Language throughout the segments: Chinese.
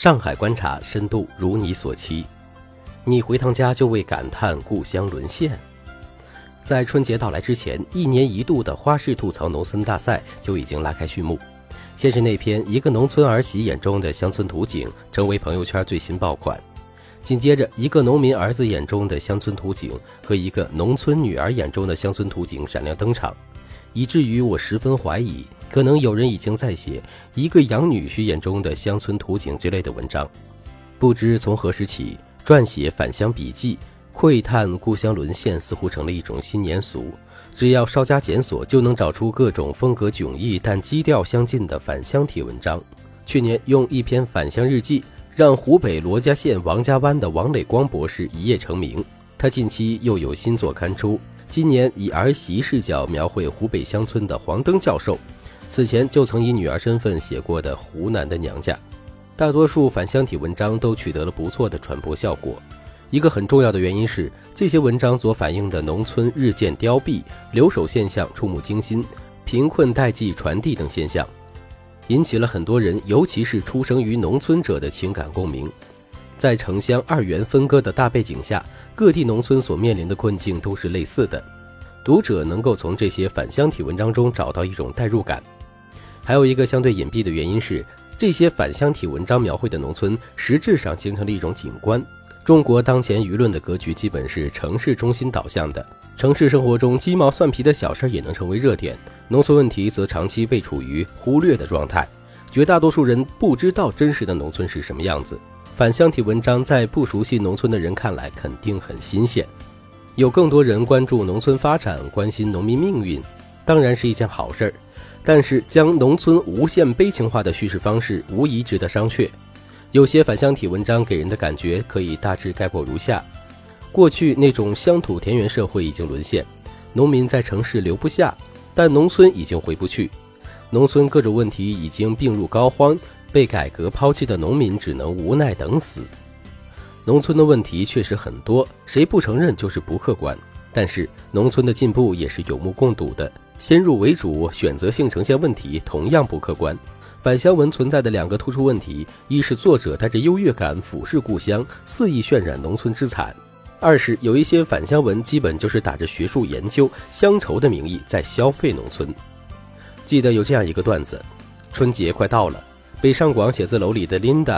上海观察深度如你所期，你回趟家就为感叹故乡沦陷。在春节到来之前，1年1度的花式吐槽农村大赛就已经拉开序幕。先是那篇一个农村儿媳眼中的乡村图景成为朋友圈最新爆款，紧接着一个农民儿子眼中的乡村图景和一个农村女儿眼中的乡村图景闪亮登场，以至于我十分怀疑，可能有人已经在写一个养女婿眼中的乡村图景之类的文章。不知从何时起，撰写返乡笔记窥探故乡沦陷似乎成了一种新年俗，只要稍加检索就能找出各种风格迥异但基调相近的返乡帖文章。去年用一篇返乡日记让湖北罗家县王家湾的王磊光博士一夜成名，他近期又有新作刊出，今年以儿媳视角描绘湖北乡村的黄登教授，此前就曾以女儿身份写过的湖南的娘家。大多数返乡体文章都取得了不错的传播效果，一个很重要的原因是这些文章所反映的农村日渐凋敝、留守现象触目惊心，贫困代际传递等现象，引起了很多人，尤其是出生于农村者的情感共鸣。在城乡二元分割的大背景下，各地农村所面临的困境都是类似的，读者能够从这些返乡体文章中找到一种代入感。还有一个相对隐蔽的原因是，这些返乡体文章描绘的农村实质上形成了一种景观。中国当前舆论的格局基本是城市中心导向的，城市生活中鸡毛蒜皮的小事也能成为热点，农村问题则长期被处于忽略的状态，绝大多数人不知道真实的农村是什么样子。返乡体文章在不熟悉农村的人看来肯定很新鲜，有更多人关注农村发展，关心农民命运，当然是一件好事，但是将农村无限悲情化的叙事方式无疑值得商榷。有些返乡体文章给人的感觉可以大致概括如下：过去那种乡土田园社会已经沦陷，农民在城市留不下，但农村已经回不去，农村各种问题已经病入膏肓，被改革抛弃的农民只能无奈等死。农村的问题确实很多，谁不承认就是不客观，但是农村的进步也是有目共睹的，先入为主、选择性呈现问题同样不客观。返乡文存在的两个突出问题，一是作者带着优越感俯视故乡，肆意渲染农村之惨；二是有一些返乡文基本就是打着学术研究、乡愁的名义在消费农村。记得有这样一个段子，春节快到了，北上广写字楼里的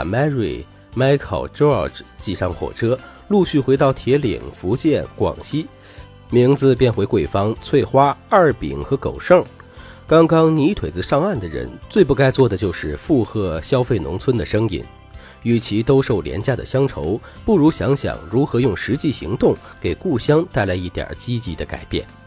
Linda、Mary、Michael、George 挤上火车，陆续回到铁岭、福建、广西，名字变回桂芳、翠花、二饼和狗剩。刚刚泥腿子上岸的人，最不该做的就是附和消费农村的声音。与其兜售廉价的乡愁，不如想想如何用实际行动给故乡带来一点积极的改变。